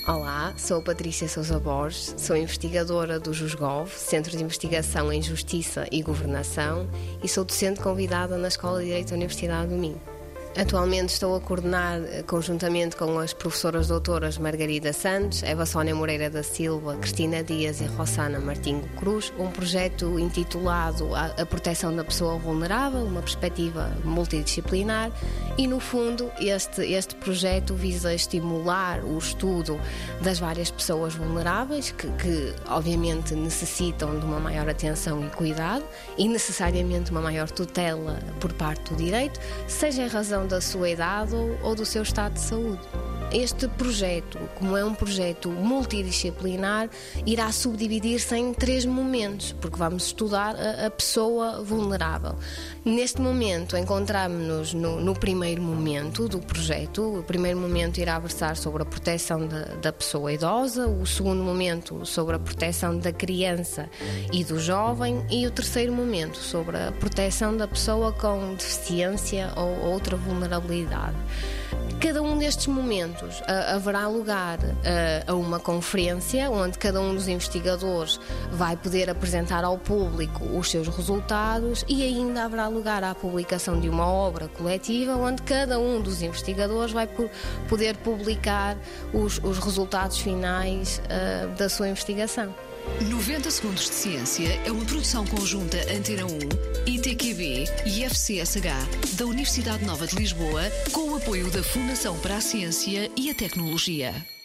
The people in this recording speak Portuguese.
Olá, sou a Patrícia Sousa Borges, sou investigadora do JUSGOV, Centro de Investigação em Justiça e Governação, e sou docente convidada na Escola de Direito da Universidade do Minho. Atualmente estou a coordenar, conjuntamente com as professoras doutoras Margarida Santos, Eva Sónia Moreira da Silva, Cristina Dias e Rossana Martinho Cruz, um projeto intitulado A Proteção da Pessoa Vulnerável, uma perspectiva multidisciplinar, e no fundo este projeto visa estimular o estudo das várias pessoas vulneráveis que obviamente necessitam de uma maior atenção e cuidado e necessariamente uma maior tutela por parte do direito, seja em razão da sua idade ou do seu estado de saúde. Este projeto, como é um projeto multidisciplinar, irá subdividir-se em 3 momentos, porque vamos estudar a pessoa vulnerável. Neste momento, encontramos-nos no primeiro momento do projeto. O primeiro momento irá versar sobre a proteção da pessoa idosa, o segundo momento sobre a proteção da criança e do jovem e o terceiro momento sobre a proteção da pessoa com deficiência ou outra vulnerabilidade. Cada um destes momentos haverá lugar a uma conferência onde cada um dos investigadores vai poder apresentar ao público os seus resultados e ainda haverá lugar à publicação de uma obra coletiva onde cada um dos investigadores vai poder publicar os resultados finais da sua investigação. 90 Segundos de Ciência é uma produção conjunta Antena 1, ITQB e FCSH da Universidade Nova de Lisboa, com o apoio da Fundação para a Ciência e a Tecnologia.